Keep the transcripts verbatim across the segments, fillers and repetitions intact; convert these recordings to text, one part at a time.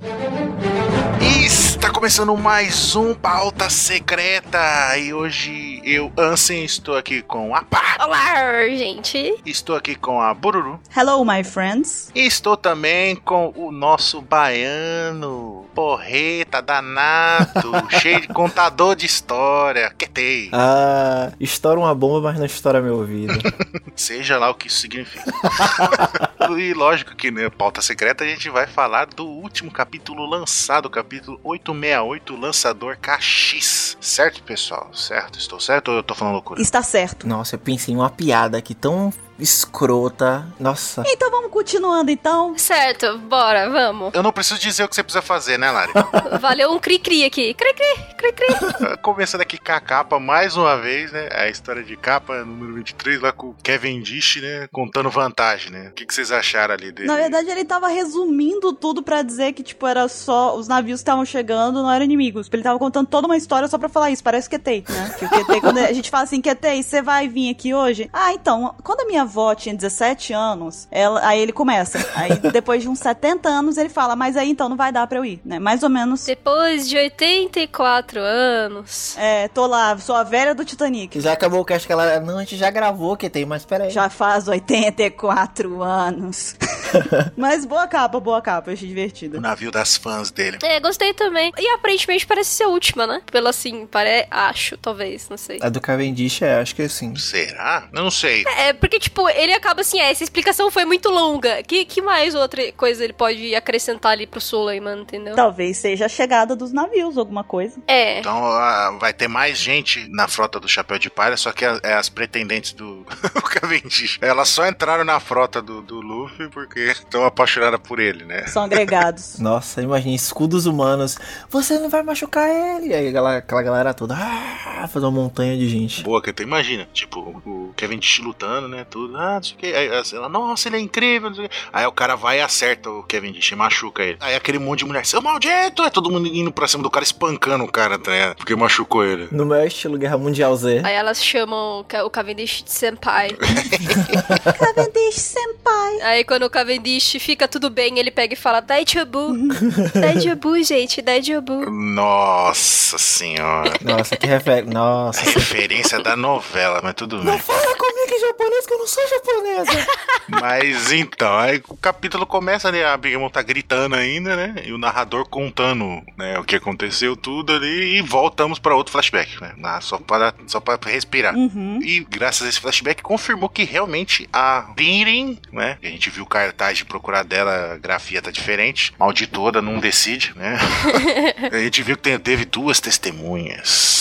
Está começando mais um Pauta Secreta e hoje eu, Ansem, estou aqui com a Pá. Olá, gente. Estou aqui com a Bururu. Hello, my friends. E estou também com o nosso baiano, porreta, danado, cheio de contador de história, Ketei. Ah, estoura uma bomba, mas não estoura meu ouvido. Seja lá o que isso significa. E lógico que, né, Pauta Secreta, a gente vai falar do último capítulo lançado, o capítulo oitocentos e sessenta e oito, Lançador K X. Certo, pessoal? Certo? Estou certo ou eu tô falando loucura? Está certo. Nossa, eu pensei em uma piada aqui tão escrota. Nossa. Então vamos continuando, então. Certo, bora, vamos. Eu não preciso dizer o que você precisa fazer, né, Lari? Valeu um cri-cri aqui. Cri-cri, cri-cri. Começando aqui com a capa, mais uma vez, né? A história de capa, número vinte e três, lá com o Kevin Dish, né? Contando vantagem, né? O que, que vocês acharam ali dele? Na verdade, ele tava resumindo tudo pra dizer que, tipo, era só... Os navios que estavam chegando não eram inimigos. Ele tava contando toda uma história só pra falar isso. Parece Ketei, né? Que o Ketei, quando a gente fala assim, Ketei, você vai vir aqui hoje? Ah, então, quando a minha avó tinha dezessete anos, ela, aí ele começa. Aí, depois de uns setenta anos, ele fala, mas aí, então, não vai dar pra eu ir, né? Mais ou menos... Depois de oitenta e quatro anos... É, tô lá, sou a velha do Titanic. Já acabou o cast que ela... Não, a gente já gravou, que tem, mas peraí. Já faz oitenta e quatro anos. Mas boa capa, boa capa, eu achei divertida. O navio das fãs dele. É, gostei também. E aparentemente parece ser a última, né? Pelo assim, parece... Acho, talvez, não sei. A do Cavendish, é, acho que sim. Será? Eu não sei. É, porque, tipo, ele acaba assim, é, essa explicação foi muito longa. Que, que mais outra coisa ele pode acrescentar ali pro Suleiman, entendeu? Talvez seja a chegada dos navios, alguma coisa. É. Então uh, vai ter mais gente na frota do Chapéu de Palha, só que é, é as pretendentes do Cavendish. Elas só entraram na frota do, do Luffy porque estão apaixonadas por ele, né? São agregados. Nossa, imagina, escudos humanos. Você não vai machucar ele. Aí aquela, aquela galera toda, ah, fazer uma montanha de gente. Boa, que tu imagina. Tipo, o Cavendish lutando, né? Tudo, ah, não sei o que. Aí ela, nossa, ele é incrível. Não sei o que. Aí o cara vai e acerta o Cavendish e machuca ele. Aí aquele monte de mulher, seu maldito! É todo mundo indo pra cima do cara, espancando o cara, tá ligado? Porque machucou ele. No meu estilo Guerra Mundial Z. Aí elas chamam o Cavendish de Senpai. Cavendish Senpai. Aí quando o Cavendish fica tudo bem, ele pega e fala Daijobu. Daijobu, gente, Daijobu. Nossa senhora. Nossa, que refer... Nossa. Referência da novela, mas tudo bem. Não fala comigo em japonês que eu não sou japonesa. Mas então, aí o capítulo começa, né? A Big Mom tá gritando ainda, né? E o narrador contando, né, o que aconteceu tudo ali. E voltamos pra outro flashback, né? Ah, só para só para respirar. Uhum. E graças a esse flashback confirmou que realmente a Birin, né? A gente viu o cartaz de procurar dela, a grafia tá diferente. Malditora não decide, né? A gente viu que tem, teve duas testemunhas.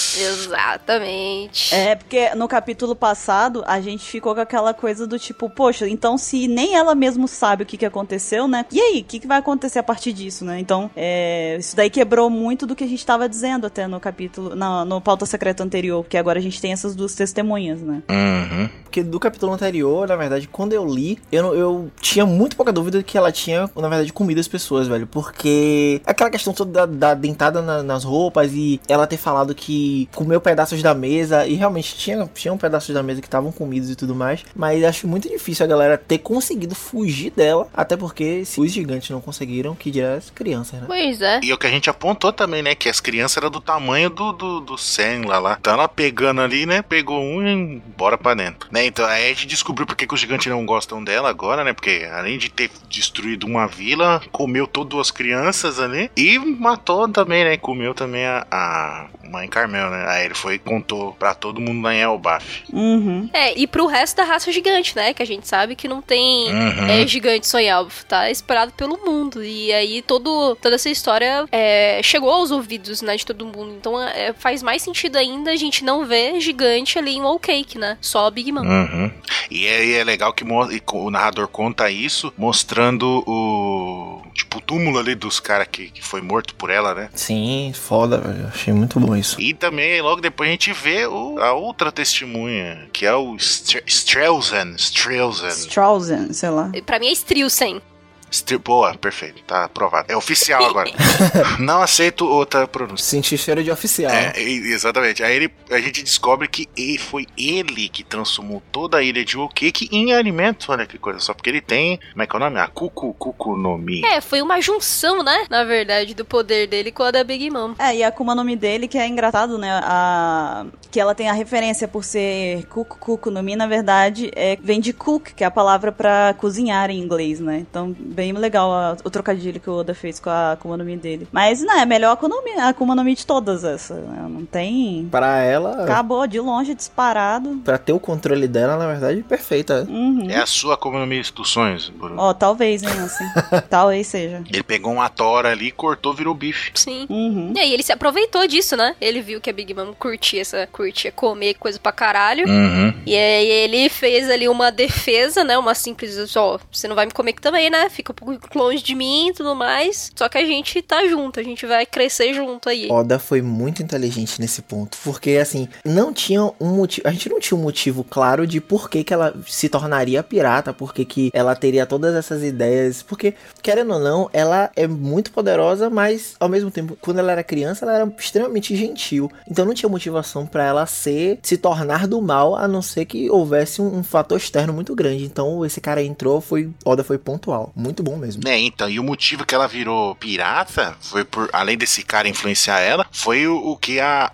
Exatamente. É, porque no capítulo passado a gente ficou com aquela coisa do tipo, poxa, então se nem ela mesmo sabe o que, que aconteceu, né? E aí, o que, que vai acontecer a partir disso, né? Então, é, isso daí quebrou muito do que a gente tava dizendo até no capítulo, no, no Pauta Secreta anterior, porque agora a gente tem essas duas testemunhas, né? Uhum. Porque do capítulo anterior, na verdade, quando eu li, eu, eu tinha muito pouca dúvida de que ela tinha, na verdade, comido as pessoas, velho. Porque aquela questão toda da, da dentada na, nas roupas e ela ter falado que comeu pedaços da mesa, e realmente tinha, tinham pedaços da mesa que estavam comidos e tudo mais, mas acho muito difícil a galera ter conseguido fugir dela, até porque se os gigantes não conseguiram, que dirá as crianças, né? Pois é. E o que a gente apontou também, né, que as crianças eram do tamanho do, do, do Sen lá, lá. Então ela pegando ali, né, pegou um e bora pra dentro, né? Então aí a gente descobriu porque que os gigantes não gostam dela agora, né, porque além de ter destruído uma vila, comeu todas as crianças ali e matou também, né, comeu também a, a Mãe Carmel, né? Aí ele foi e contou pra todo mundo lá em Elbaf. Uhum. É, e pro resto da raça gigante, né? Que a gente sabe que não tem Uhum. é, gigante só em Elbaf, tá esperado pelo mundo. E aí todo, toda essa história é, chegou aos ouvidos, né, de todo mundo. Então é, faz mais sentido ainda a gente não ver gigante ali em Whole Cake, né? Só a Big Mom. Uhum. E aí é legal que mo- o narrador conta isso, mostrando o... tipo, o túmulo ali dos caras que, que foi morto por ela, né? Sim, foda, velho. Achei muito bom isso. E também, logo depois, a gente vê o, a outra testemunha, que é o Stre- Strelzen. Strelzen. Strausen, sei lá. Pra mim é Strilsen. Stri- Boa, perfeito. Tá aprovado. É oficial agora. Não aceito outra pronúncia. Senti cheiro de oficial. É, exatamente. Aí ele, a gente descobre que ele, foi ele que transformou toda a ilha de Whole Cake em alimento. Olha que coisa. Só porque ele tem... Como é que é o nome? A Kuku, Kuku no Mi. É, foi uma junção, né? Na verdade, do poder dele com a da Big Mom. É, e a Akuma no Mi dele, que é engraçado, né? A... Que ela tem a referência por ser Kuku Kuku no Mi, na verdade, é... vem de cook, que é a palavra pra cozinhar em inglês, né? Então, bem legal a... o trocadilho que o Oda fez com a Akuma no Mi dele. Mas, não, é a melhor Akuma no Mi, a Akuma no Mi de todas essa, né? Não tem... Pra ela... Acabou, de longe, disparado. Pra ter o controle dela, na verdade, perfeita. Uhum. É a sua Akuma no Mi dos sonhos, Bruno. Ó, talvez, hein, assim. Talvez seja. Ele pegou uma tora ali, cortou, virou bife. Sim. Uhum. E aí ele se aproveitou disso, né? Ele viu que a Big Mom curtia essa, curtia comer coisa pra caralho. Uhum. E aí ele fez ali uma defesa, né? Uma simples, ó, você não vai me comer aqui também, né? Fica um pouco longe de mim e tudo mais. Só que a gente tá junto, a gente vai crescer junto aí. Oda foi muito inteligente nesse ponto, porque assim, não tinha um motivo, a gente não tinha um motivo claro de por que que ela se tornaria pirata, por que que ela teria todas essas ideias, porque, querendo ou não, ela é muito poderosa, mas ao mesmo tempo, quando ela era criança, ela era extremamente gentil, então não tinha motivação pra ela ser, se tornar do mal, a não ser que houvesse um, um fator externo muito grande, então esse cara entrou, foi, Oda foi pontual, muito bom mesmo. É, então, e o motivo que ela virou pirata foi por, além desse cara influenciar ela, foi o, o que a,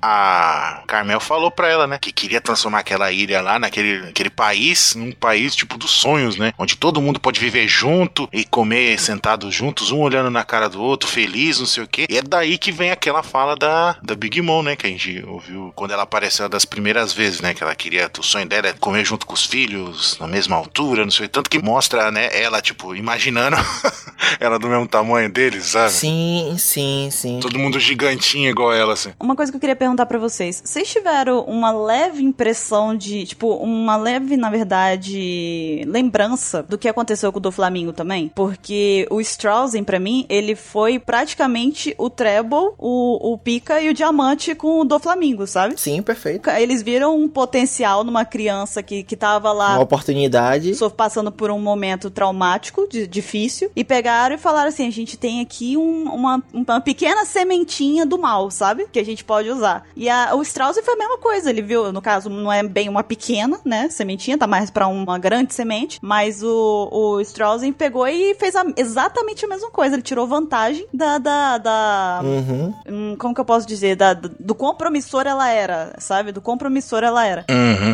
a Carmel falou pra ela, né? Que queria transformar aquela ilha lá naquele, naquele país, num país tipo dos sonhos, né? Onde todo mundo pode viver junto e comer sentados juntos, um olhando na cara do outro, feliz, não sei o quê. E é daí que vem aquela fala da, da Big Mom, né? Que a gente ouviu quando ela apareceu das primeiras vezes, né? Que ela queria, o sonho dela é comer junto com os filhos, na mesma altura, não sei. Tanto que mostra, né? Ela, tipo, imaginando ela do mesmo tamanho deles, sabe? Sim, sim, sim. Todo mundo gigantinho igual ela, assim. Uma coisa que eu queria perguntar pra vocês. Vocês tiveram uma leve impressão de, tipo, uma leve, na verdade, lembrança do que aconteceu com o Doflamingo também? Porque o Straussen, pra mim, ele foi praticamente o Treble, o, o Pika e o Diamante com o Doflamingo, sabe? Sim, perfeito. Eles viram um potencial numa criança que, que tava lá... Uma oportunidade. Só passando por um momento traumático, de, difícil, e pegaram e falaram assim, a gente tem aqui um, uma, uma pequena sementinha do mal, sabe? Que a gente pode usar. E a, o Strauss foi a mesma coisa, ele viu, no caso, não é bem uma pequena, né, sementinha, tá mais pra uma grande semente, mas o, o Strauss pegou e fez a, exatamente a mesma coisa, ele tirou vantagem da... da, da Uhum. hum, como que eu posso dizer? Da, do, do quão promissora ela era, sabe? Do quão promissora ela era. Uhum.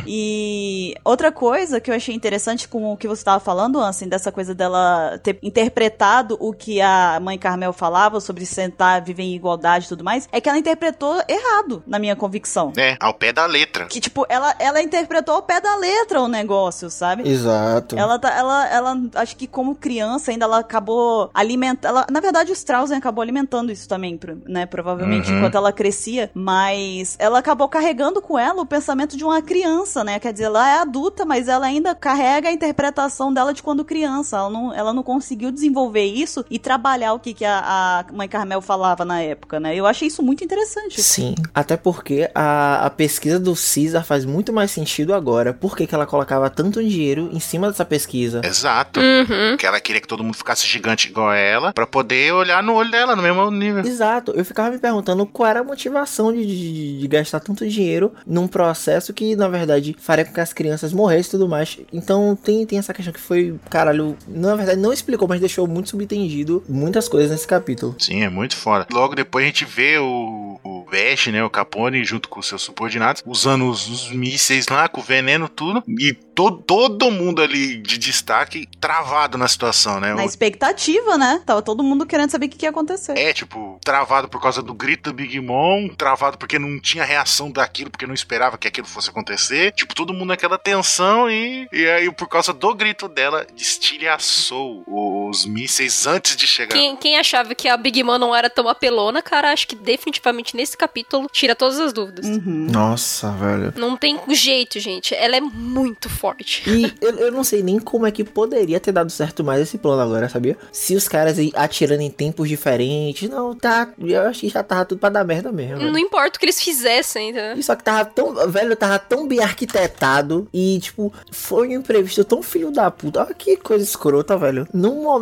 E outra coisa que eu achei interessante com o que você estava falando, assim, dessa coisa dela ter interpretado o que a mãe Carmel falava sobre sentar, viver em igualdade e tudo mais, é que ela interpretou errado, na minha convicção. É, ao pé da letra. Que, tipo, ela, ela interpretou ao pé da letra o negócio, sabe? Exato. Ela, tá, ela, ela, acho que como criança ainda ela acabou alimentando, ela, na verdade o Straussen acabou alimentando isso também, né, provavelmente, Uhum. enquanto ela crescia, mas ela acabou carregando com ela o pensamento de uma criança, né, quer dizer, ela é adulta, mas ela ainda carrega a interpretação dela de quando criança, ela não, ela não conseguiu desenvolver isso e trabalhar o que, que a, a mãe Carmel falava na época, né, eu achei isso muito interessante. Sim, até porque a, a pesquisa do Caesar faz muito mais sentido agora. Por que que ela colocava tanto dinheiro em cima dessa pesquisa? Exato. Uhum. Porque ela queria que todo mundo ficasse gigante igual ela, pra poder olhar no olho dela, no mesmo nível. Exato, eu ficava me perguntando qual era a motivação de, de, de gastar tanto dinheiro num processo que, na verdade, faria com que as crianças morressem e tudo mais. Então tem, tem essa questão que foi, caralho, na verdade não explicou, mas deixou muito subentendido muitas coisas nesse capítulo. Sim, é muito foda. Logo depois a gente vê o, o Vash, né, o Capone, junto com os seus subordinados, usando os, os mísseis lá, com veneno, tudo, e to, todo mundo ali de destaque travado na situação, né? Na O, expectativa, né, tava todo mundo querendo saber o que, que ia acontecer. é, tipo, travado por causa do grito do Big Mom, travado porque não tinha reação daquilo, porque não esperava que aquilo fosse acontecer. Tipo, todo mundo naquela tensão e, e aí, por causa do grito dela, estilhaçou os mísseis antes de chegar. Quem, quem achava que a Big Mom não era tão apelona, cara, acho que definitivamente nesse capítulo tira todas as dúvidas. Uhum. Nossa, velho. Não tem jeito, gente. Ela é muito forte. E eu, eu não sei nem como é que poderia ter dado certo mais esse plano agora, sabia? Se os caras aí atirando em tempos diferentes, não, tá, eu acho que já tava tudo pra dar merda mesmo. Não velho. importa o que eles fizessem, entendeu? E só que tava tão, velho, tava tão bem arquitetado e, tipo, foi um imprevisto tão filho da puta. Olha que coisa escrota, velho. Num momento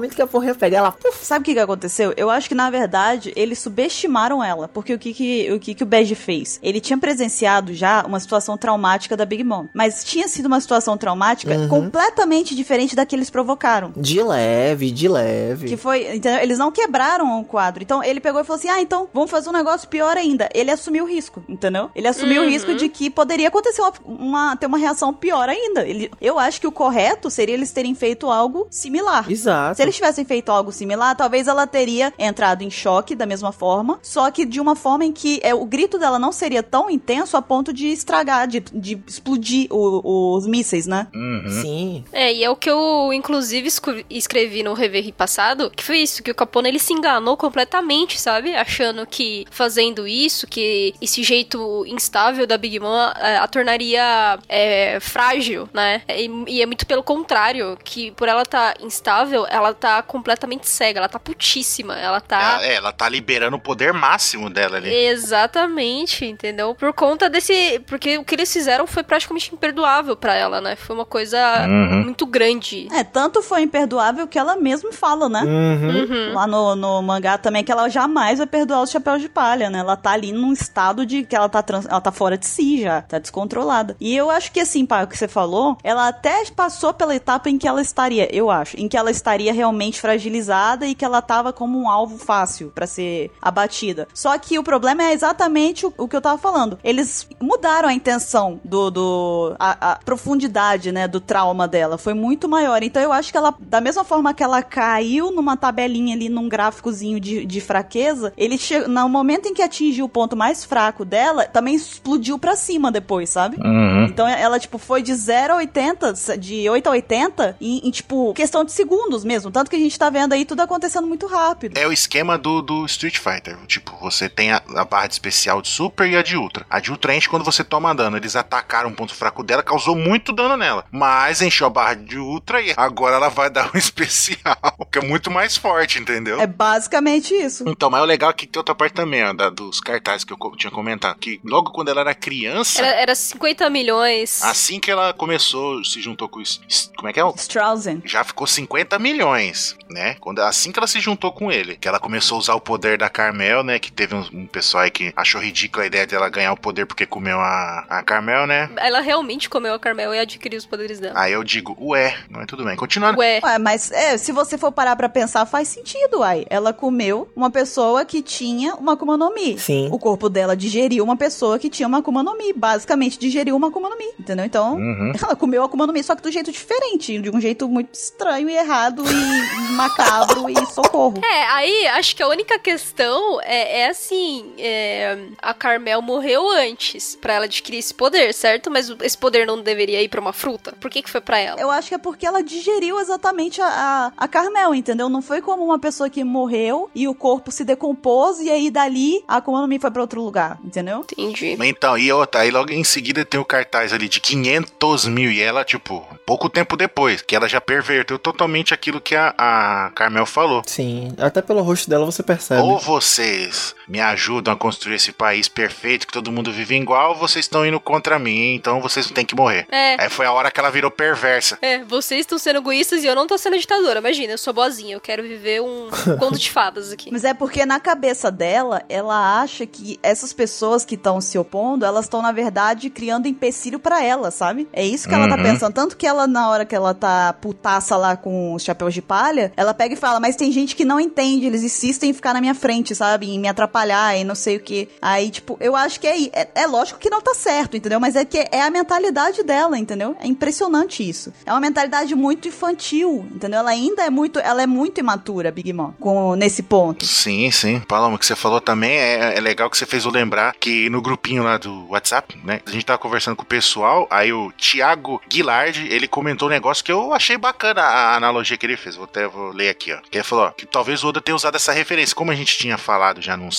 momento que a porra pega, ela... Puf. Sabe o que que aconteceu? Eu acho que, na verdade, eles subestimaram ela. Porque o que que o, que que o Badge fez? Ele tinha presenciado já uma situação traumática da Big Mom. Mas tinha sido uma situação traumática Uhum. completamente diferente da que eles provocaram. De leve, de leve. Que foi, entendeu? Eles não quebraram o quadro. Então, ele pegou e falou assim, ah, então, vamos fazer um negócio pior ainda. Ele assumiu o risco, entendeu? Ele assumiu Uhum. o risco de que poderia acontecer uma, uma- ter uma reação pior ainda. Ele, eu acho que o correto seria eles terem feito algo similar. Exato. Se eles tivessem feito algo similar, talvez ela teria entrado em choque da mesma forma, só que de uma forma em que é, o grito dela não seria tão intenso a ponto de estragar, de, de explodir o- os mísseis, né? Uhum. Sim. É, e é o que eu, inclusive, escre- escrevi no Reverie passado, que foi isso, que o Capone, ele se enganou completamente, sabe? Achando que fazendo isso, que esse jeito instável da Big Mom é, a tornaria é, frágil, né? E, e é muito pelo contrário, que por ela tá instável, ela tá completamente cega, ela tá putíssima, ela tá... Ela, é, ela tá liberando o poder máximo dela ali. Exatamente, entendeu? Por conta desse... Porque o que eles fizeram foi praticamente imperdoável pra ela, né? Foi uma coisa Uhum. muito grande. É, tanto foi imperdoável que ela mesma fala, né? Uhum. Uhum. Lá no, no mangá também, que ela jamais vai perdoar os chapéus de palha, né? Ela tá ali num estado de que ela tá, trans, ela tá fora de si já, tá descontrolada. E eu acho que assim, pá, o que você falou, ela até passou pela etapa em que ela estaria, eu acho, em que ela estaria realmente fragilizada e que ela tava como um alvo fácil pra ser abatida. Só que o problema é exatamente o, o que eu tava falando. Eles mudaram a intenção do... do a, a profundidade, né, do trauma dela. Foi muito maior. Então eu acho que ela, da mesma forma que ela caiu numa tabelinha ali, num gráficozinho de, de fraqueza, ele chegou, no momento em que atingiu o ponto mais fraco dela, também explodiu pra cima depois, sabe? Uhum. Então ela, tipo, foi de zero a oitenta, de oito a oitenta, em, em, tipo, questão de segundos mesmo. Tanto que a gente tá vendo aí tudo acontecendo muito rápido. É o esquema do, do Street Fighter. Tipo, você tem a, a barra de especial de Super e a de Ultra. A de Ultra enche quando você toma dano. Eles atacaram um ponto fraco dela, causou muito dano nela. Mas encheu a barra de Ultra e agora ela vai dar um especial, que é muito mais forte, entendeu? É basicamente isso. Então, mas o legal é que tem outra parte também, ó, da, dos cartazes que eu co- tinha comentado. Que logo quando ela era criança, Era, era cinquenta milhões. assim que ela começou, se juntou com isso. Como é que é? Strausen. Já ficou cinquenta milhões, né? Quando, assim que ela se juntou com ele, que ela começou a usar o poder da Carmel, né? Que teve um, um pessoal aí que achou ridícula a ideia dela ganhar o poder porque comeu a, a Carmel, né? Ela realmente comeu a Carmel e adquiriu os poderes dela. Aí eu digo, ué, mas tudo bem. Continuando. Ué, Ué, mas é, se você for parar pra pensar, faz sentido, uai. Ela comeu uma pessoa que tinha uma Akuma no Mi. Sim. O corpo dela digeriu uma pessoa que tinha uma Akuma no Mi. Basicamente, digeriu uma Akuma no Mi, entendeu? Então, Uhum. ela comeu a Akuma no Mi, só que do jeito diferente. De um jeito muito estranho e errado e macabro e socorro. é, aí acho que a única questão é, é assim, é, a Carmel morreu antes pra ela adquirir esse poder, certo? Mas o- esse poder não deveria ir pra uma fruta? Por que que foi pra ela? Eu acho que é porque ela digeriu exatamente a, a, a Carmel, entendeu? Não foi como uma pessoa que morreu e o corpo se decompôs e aí dali a Akuma no Mi foi pra outro lugar, entendeu? Entendi. Então, e outra, aí logo em seguida tem o cartaz ali de quinhentos mil, e ela, tipo, pouco tempo depois, que ela já perverteu totalmente aquilo que a, a Carmel falou. Sim. Até pelo rosto dela você percebe. Ou vocês me ajudam a construir esse país perfeito, que todo mundo vive igual, ou vocês estão indo contra mim, então vocês têm que morrer. É. Aí foi a hora que ela virou perversa. É, vocês estão sendo egoístas e eu não tô sendo ditadora. Imagina, eu sou boazinha, eu quero viver um conto de fadas aqui. Mas é porque na cabeça dela, ela acha que essas pessoas que estão se opondo, elas estão, na verdade, criando empecilho pra ela, sabe? É isso que ela tá Uhum. pensando. Tanto que ela, na hora que ela tá putaça lá com os chapéus de palha, ela pega e fala, mas tem gente que não entende, eles insistem em ficar na minha frente, sabe? Em me atrapalhar e não sei o que. Aí, tipo, eu acho que é, é, é lógico que não tá certo, entendeu? Mas é que é a mentalidade dela, entendeu? É impressionante isso. É uma mentalidade muito infantil, entendeu? Ela ainda é muito, ela é muito imatura, Big Mom, com, nesse ponto. Sim, sim. Paloma, o que você falou também é, é legal que você fez eu lembrar que no grupinho lá do WhatsApp, né? A gente tava conversando com o pessoal, aí o Thiago Guilard, ele comentou um negócio que eu achei bacana a analogia que ele fez. Vou até vou ler aqui, ó. Que ele falou, ó, que talvez o Oda tenha usado essa referência. Como a gente tinha falado já nos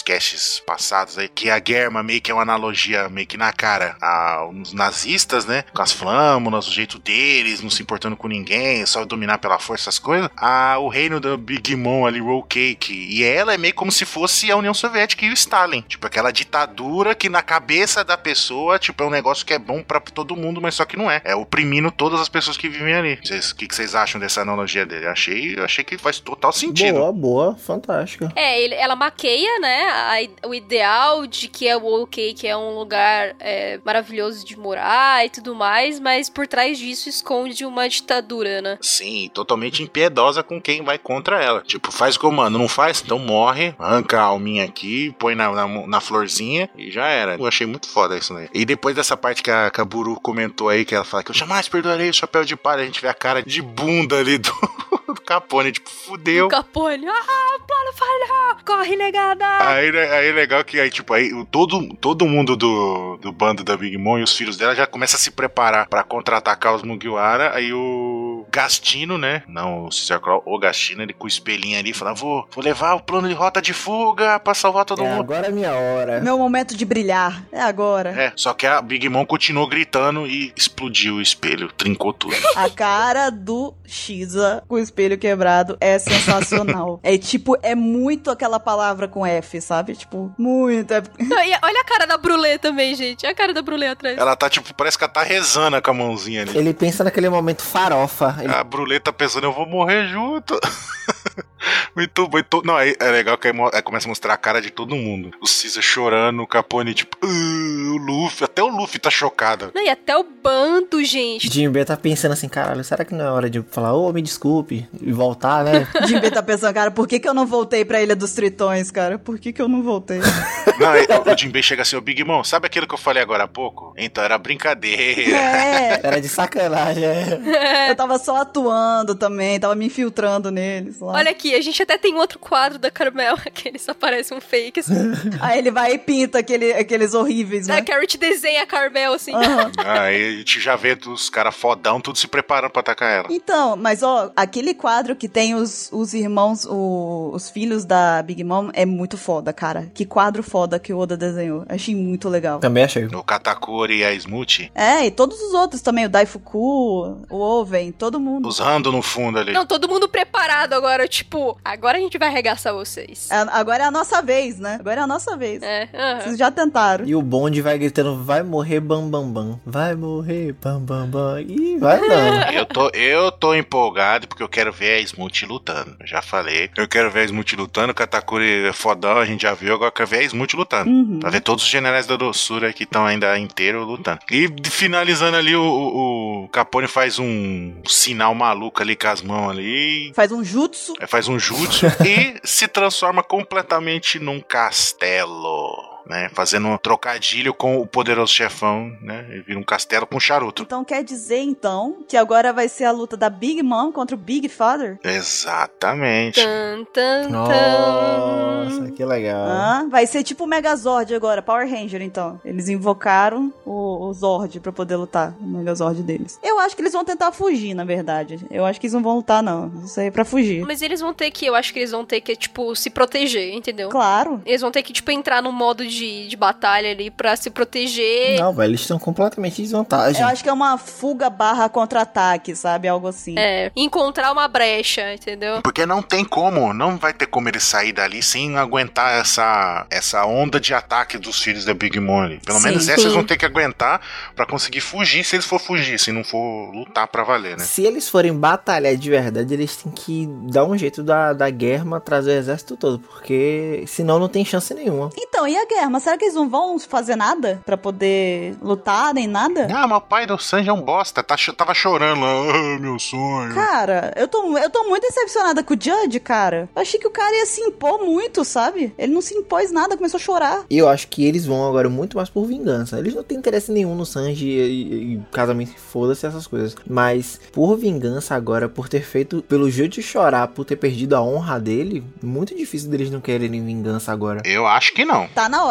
casts passados aí, que a Germa meio que é uma analogia meio que na cara aos nazistas, né? Com as flâmulas, o jeito deles, não se importando com ninguém, só dominar pela força as coisas. A, o reino da Big Mom ali, Roll Cake, e ela é meio como se fosse a União Soviética e o Stalin. Tipo, aquela ditadura que na cabeça da pessoa, tipo, é um negócio que é bom pra todo mundo, mas só que não é. É oprimindo todas as pessoas que vivem ali. O que, que vocês acham dessa analogia dele? Eu achei, eu achei que faz total sentido. Boa, boa, fantástica. É, ele, ela maqueia, né, a, o ideal de que é o OK, que é um lugar é, maravilhoso de morar e tudo mais, mas por trás disso esconde uma ditadura, né? Sim, totalmente impiedosa com quem vai contra ela. Tipo, faz comando, não faz? Então morre, arranca a alminha aqui, põe na, na, na florzinha e já era. Eu achei muito foda isso daí. E depois dessa parte que a, que a Buru comentou aí, que ela fala que eu jamais perdoarei o chapéu de palha, a gente vê a cara de bunda ali do, do Capone, tipo, fudeu. O Capone, ah, plano falhou, corre, negada! Aí, aí é legal que aí, tipo, aí todo, todo mundo do, do bando da Big Mom e os filhos dela já começa a se preparar pra contra-atacar os Mugiwara. Aí o Gastino, né? Não o Caesar Claw, o Gastino, ele com o espelhinho ali, fala, vou, vou levar o plano de rota de fuga pra salvar todo é, mundo. Agora é minha hora. Meu momento de brilhar. É agora. É, só que a Big Mom continuou gritando e explodiu o espelho, trincou tudo. A cara do Shiza com o espelho quebrado é sensacional. É tipo, é muito aquela palavra com F, sabe? Tipo, muito. É... Olha a cara da Brulé também, gente. Olha a cara da Brulé atrás. Ela tá, tipo, parece que ela tá rezando com a mãozinha ali. Ele pensa naquele momento farofa. Ele... A Brulé tá pensando, eu vou morrer junto. Muito, muito. Não, é, é legal que aí, aí começa a mostrar a cara de todo mundo. O Caesar chorando, o Capone, tipo, uh, o Luffy, até o Luffy tá chocado. Não, e até o bando, gente. Jinbe tá pensando assim, caralho, será que não é hora de falar, ô, oh, me desculpe, e voltar, né? Jinbe tá pensando, cara, por que que eu não voltei pra Ilha dos Tritões, cara? Por que que eu não voltei? Não, aí, o Jinbe chega assim, ô Big Mom, sabe aquilo que eu falei agora há pouco? Então, era brincadeira. É. Era de sacanagem, é. Eu tava só atuando também, tava me infiltrando neles lá. Olha aqui, a gente até tem outro quadro da Carmel, que eles aparecem um fake, assim. Aí ele vai e pinta aquele, aqueles horríveis, né? A Carrot desenha a Carmel, assim. Uhum. Aí a gente já vê os caras fodão, tudo se preparando pra atacar ela. Então, mas ó, aquele quadro que tem os, os irmãos, o, os filhos da Big Mom é muito foda, cara. Que quadro foda que o Oda desenhou. Achei muito legal. Também achei. O Katakuri e a Smoothie. É, e todos os outros também, o Daifuku, o Oven, todo mundo. Os Rando no fundo ali. Não, todo mundo preparado agora, tipo, agora a gente vai arregaçar vocês. É, agora é a nossa vez, né? Agora é a nossa vez. É, uhum. Vocês já tentaram. E o bonde vai gritando, vai morrer bam bam bam, vai morrer bam bam bam, e vai dando. Eu tô, eu tô empolgado porque eu quero ver a Smoothie lutando. Eu já falei. Eu quero ver a Smoothie lutando, o Katakuri é fodão, a gente já viu, agora eu quero ver a Smoothie lutando. Uhum. Pra ver todos os generais da doçura que estão ainda inteiros lutando. E finalizando ali, o, o, o Capone faz um sinal maluco ali com as mãos ali. Faz um jutsu. Faz um jutsu e se transforma completamente num castelo. Né, fazendo um trocadilho com o poderoso chefão, né? Ele vira um castelo com charuto. Então quer dizer, então, que agora vai ser a luta da Big Mom contra o Big Father? Exatamente. Tan, tan, Nossa, que legal. Ah, vai ser tipo o Megazord agora, Power Ranger, então. Eles invocaram o, o Zord pra poder lutar, o Megazord deles. Eu acho que eles vão tentar fugir, na verdade. Eu acho que eles não vão lutar, não. Isso aí é pra fugir. Mas eles vão ter que, eu acho que eles vão ter que, tipo, se proteger, entendeu? Claro. Eles vão ter que, tipo, entrar no modo de De, de batalha ali pra se proteger. Não, velho, eles estão completamente em desvantagem. Eu acho que é uma fuga barra contra-ataque, sabe? Algo assim. É, encontrar uma brecha, entendeu? Porque não tem como, não vai ter como eles sair dali sem aguentar essa, essa onda de ataque dos filhos da Big Mom ali. Pelo Sim, menos sim. essas vão ter que aguentar pra conseguir fugir, se eles for fugir, se não for lutar pra valer, né? Se eles forem batalhar de verdade, eles têm que dar um jeito da, da Germa trazer o exército todo, porque senão não tem chance nenhuma. Então, e a guerra? Mas será que eles não vão fazer nada pra poder lutar, nem nada? Ah, mas o pai do Sanji é um bosta, tá, tava chorando lá, ah, meu sonho. Cara, eu tô, eu tô muito decepcionada com o Judge, cara. Eu achei que o cara ia se impor muito, sabe? Ele não se impôs nada, começou a chorar. Eu acho que eles vão agora muito mais por vingança. Eles não têm interesse nenhum no Sanji e, e casamento, foda-se essas coisas. Mas por vingança agora, por ter feito pelo Judge chorar, por ter perdido a honra dele, muito difícil deles não quererem vingança agora. Eu acho que não. Tá na hora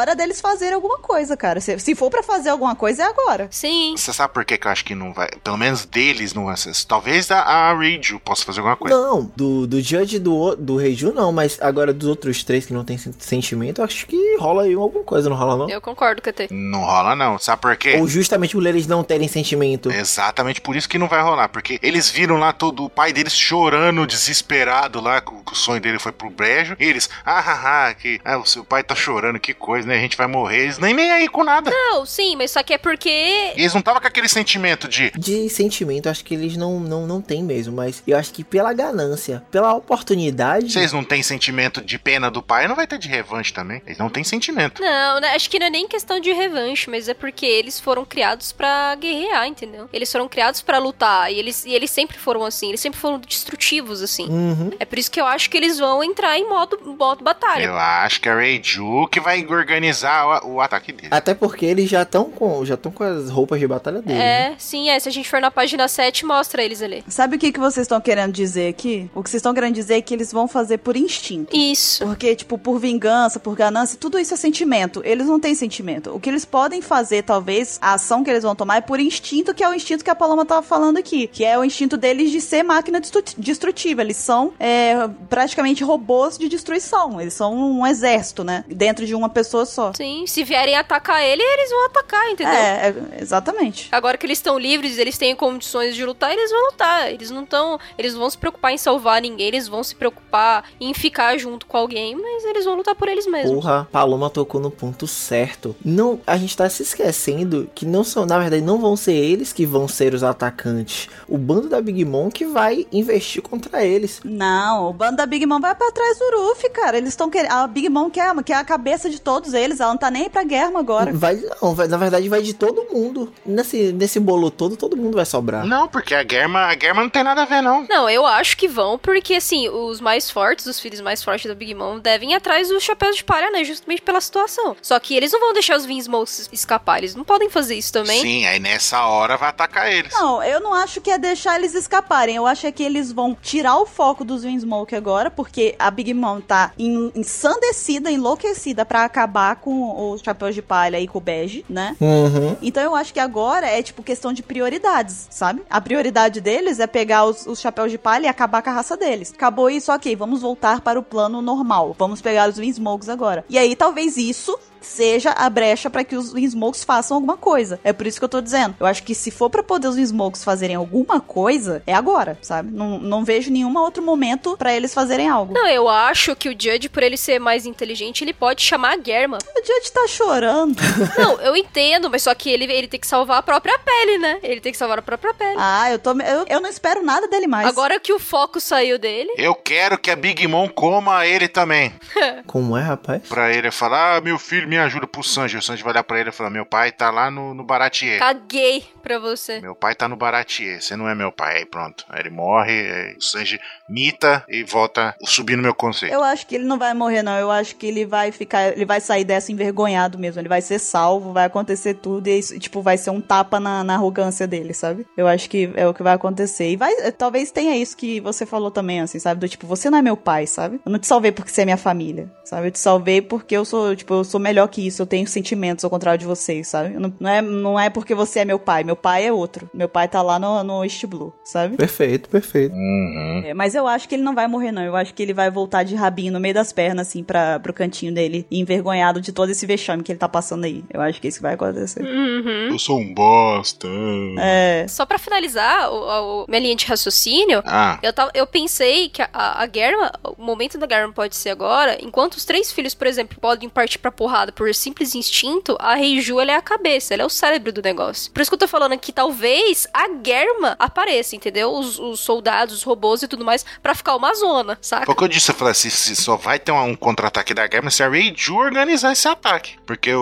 hora deles fazerem alguma coisa, cara. Se, se for pra fazer alguma coisa, é agora. Sim. Você sabe por que que eu acho que não vai... Pelo menos deles não vai ser. Talvez a, a Reiju possa fazer alguma coisa. Não, do, do Judge e do, do Reiju não, mas agora dos outros três que não tem sentimento, eu acho que rola aí alguma coisa, não rola não? Eu concordo, Q T. Não rola não. Sabe por quê? Ou justamente por eles não terem sentimento. Exatamente por isso que não vai rolar. Porque eles viram lá todo o pai deles chorando, desesperado lá, que o sonho dele foi pro brejo. E eles, ah, ah, ah, que ah, o seu pai tá chorando, que coisa, né? A gente vai morrer. Eles nem nem aí com nada. Não, sim, mas só que é porque... E eles não estavam com aquele sentimento de... De sentimento, acho que eles não, não, não tem mesmo, mas eu acho que pela ganância, pela oportunidade... Se eles não têm sentimento de pena do pai, não vai ter de revanche também. Eles não têm sentimento. Não, né, acho que não é nem questão de revanche, mas é porque eles foram criados pra guerrear, entendeu? Eles foram criados pra lutar, e eles, e eles sempre foram assim, eles sempre foram destrutivos, assim. Uhum. É por isso que eu acho que eles vão entrar em modo, modo batalha. Eu acho que é a Reiju que vai organizar o, o ataque dele. Até porque eles já estão com, já estão com as roupas de batalha dele. É, né? sim, é. Se a gente for na página sete, mostra eles ali. Sabe o que, que vocês estão querendo dizer aqui? O que vocês estão querendo dizer é que eles vão fazer por instinto. Isso. Porque, tipo, por vingança, por ganância, tudo isso é sentimento. Eles não têm sentimento. O que eles podem fazer, talvez, a ação que eles vão tomar é por instinto, que é o instinto que a Paloma tava falando aqui. Que é o instinto deles de ser máquina destrutiva. Eles são é, praticamente robôs de destruição. Eles são um exército, né? Dentro de uma pessoa só. Sim, se vierem atacar ele, eles vão atacar, entendeu? É, é exatamente. Agora que eles estão livres, eles têm condições de lutar, eles vão lutar. Eles não estão... Eles vão se preocupar em salvar ninguém, eles vão se preocupar em ficar junto com alguém, mas eles vão lutar por eles mesmos. Porra, Paloma tocou no ponto certo. Não, a gente tá se esquecendo que não são, na verdade, não vão ser eles que vão ser os atacantes. O bando da Big Mom que vai investir contra eles. Não, o bando da Big Mom vai pra trás do Ruffy, cara. Eles estão querendo... A Big Mom quer, quer a cabeça de todos eles. Ela não tá nem aí pra guerra agora. Vai, não, vai, na verdade vai de todo mundo. Nesse, nesse bolo todo, todo mundo vai sobrar. Não, porque a Germa, a Germa não tem nada a ver, não. Não, eu acho que vão, porque assim, os mais fortes, os filhos mais fortes da Big Mom devem ir atrás dos chapéus de palha, né? Justamente pela situação. Só que eles não vão deixar os Vinsmokes escapar, eles não podem fazer isso também. Sim, aí nessa hora vai atacar eles. Não, eu não acho que é deixar eles escaparem. Eu acho é que eles vão tirar o foco dos Vinsmoke agora, porque a Big Mom tá ensandecida, enlouquecida pra acabar com os chapéus de palha e com o bege, né? Uhum. Então eu acho que agora é tipo questão de prioridades, sabe? A prioridade deles é pegar os, os chapéus de palha e acabar com a raça deles. Acabou isso, ok, vamos voltar para o plano normal. Vamos pegar os Vinsmokes agora. E aí talvez isso seja a brecha pra que os Vinsmokes façam alguma coisa. É por isso que eu tô dizendo. Eu acho que se for pra poder os Vinsmokes fazerem alguma coisa, é agora, sabe? Não, não vejo nenhum outro momento pra eles fazerem algo. Não, eu acho que o Judge, por ele ser mais inteligente, ele pode chamar a Germa. O Judge tá chorando. Não, eu entendo, mas só que ele, ele tem que salvar a própria pele, né? Ele tem que salvar a própria pele. Ah, eu tô... Eu, eu não espero nada dele mais. Agora que o foco saiu dele... Eu quero que a Big Mom coma ele também. Como é, rapaz? Pra ele falar, ah, meu filho, me ajuda pro Sanji. O Sanji vai olhar pra ele e falar, meu pai tá lá no, no Baratier. Caguei pra você. Meu pai tá no Baratier, você não é meu pai. Aí pronto, aí ele morre, aí o Sanji mita e volta subir no meu conceito. Eu acho que ele não vai morrer, não. Eu acho que ele vai ficar, ele vai sair dessa envergonhado mesmo. Ele vai ser salvo, vai acontecer tudo e isso, tipo, vai ser um tapa na, na arrogância dele, sabe? Eu acho que é o que vai acontecer. E vai, talvez tenha isso que você falou também, assim, sabe? Do tipo, você não é meu pai, sabe? Eu não te salvei porque você é minha família, sabe? Eu te salvei porque eu sou, tipo, eu sou melhor que isso. Eu tenho sentimentos ao contrário de vocês, sabe? Não, não, é, não é porque você é meu pai. Meu pai é outro. Meu pai tá lá no, no East Blue, sabe? Perfeito, perfeito. Uhum. É, mas eu acho que ele não vai morrer, não. Eu acho que ele vai voltar de rabinho no meio das pernas, assim, pra, pro cantinho dele, envergonhado de todo esse vexame que ele tá passando aí. Eu acho que isso vai acontecer. Uhum. Eu sou um bosta. É. Só pra finalizar o, o, minha linha de raciocínio, Ah. eu, tava, eu pensei que a, a Germa, o momento da Germa pode ser agora, enquanto os três filhos, por exemplo, podem partir pra porrada por simples instinto, a Reiju, ela é a cabeça, ela é o cérebro do negócio. Por isso que eu tô falando que talvez a Germa apareça, entendeu? Os, os soldados, os robôs e tudo mais, pra ficar uma zona, saca? Foi o que eu disse, eu falei assim, se só vai ter um, um contra-ataque da Germa se a Reiju organizar esse ataque. Porque o,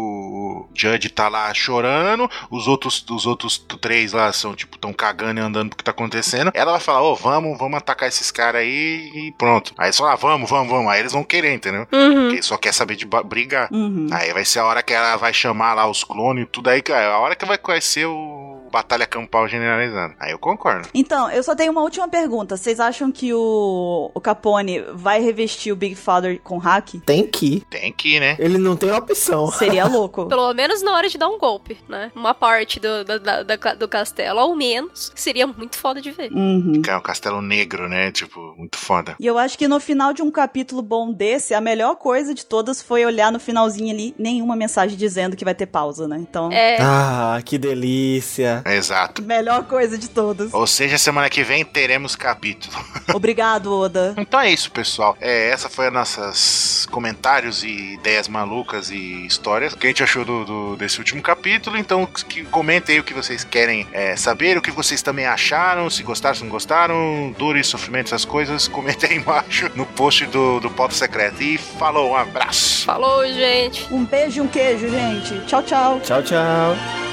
o Judge tá lá chorando, os outros, os outros três lá são, tipo, tão cagando e andando pro que tá acontecendo. Ela vai falar, ô, oh, vamos, vamos atacar esses caras aí e pronto. Aí eles falam, ah, vamos, vamos, vamos. Aí eles vão querer, entendeu? Uhum. Porque só quer saber de brigar. Uhum. Aí vai ser a hora que ela vai chamar lá os clones e tudo aí, cara. A hora que vai conhecer o batalha campal generalizada. Aí eu concordo. Então, eu só tenho uma última pergunta. Vocês acham que o, o Capone vai revestir o Big Father com hack? Tem que. Tem que, né? Ele não tem opção. Seria louco. Pelo menos na hora de dar um golpe, né? Uma parte do, do, da- da- do castelo, ao menos, seria muito foda de ver. Uhum. Que é um castelo negro, né? Tipo, muito foda. E eu acho que no final de um capítulo bom desse, a melhor coisa de todas foi olhar no finalzinho ali, nenhuma mensagem dizendo que vai ter pausa, né? Então, É, Ah, que delícia. Exato. melhor coisa de todas. Ou seja, semana que vem teremos capítulo. Obrigado, Oda. Então é isso, pessoal. É, essa foi as nossas comentários e ideias malucas e histórias que a gente achou do, do- desse último capítulo. Então, que, comentem aí o que vocês querem é, saber, o que vocês também acharam, se gostaram, se não gostaram, dores, sofrimentos, essas coisas. Comentem aí embaixo no post do, do Pauta Secreta. E falou, um abraço. falou, gente. Um beijo e um queijo, gente. Tchau, tchau. Tchau, tchau.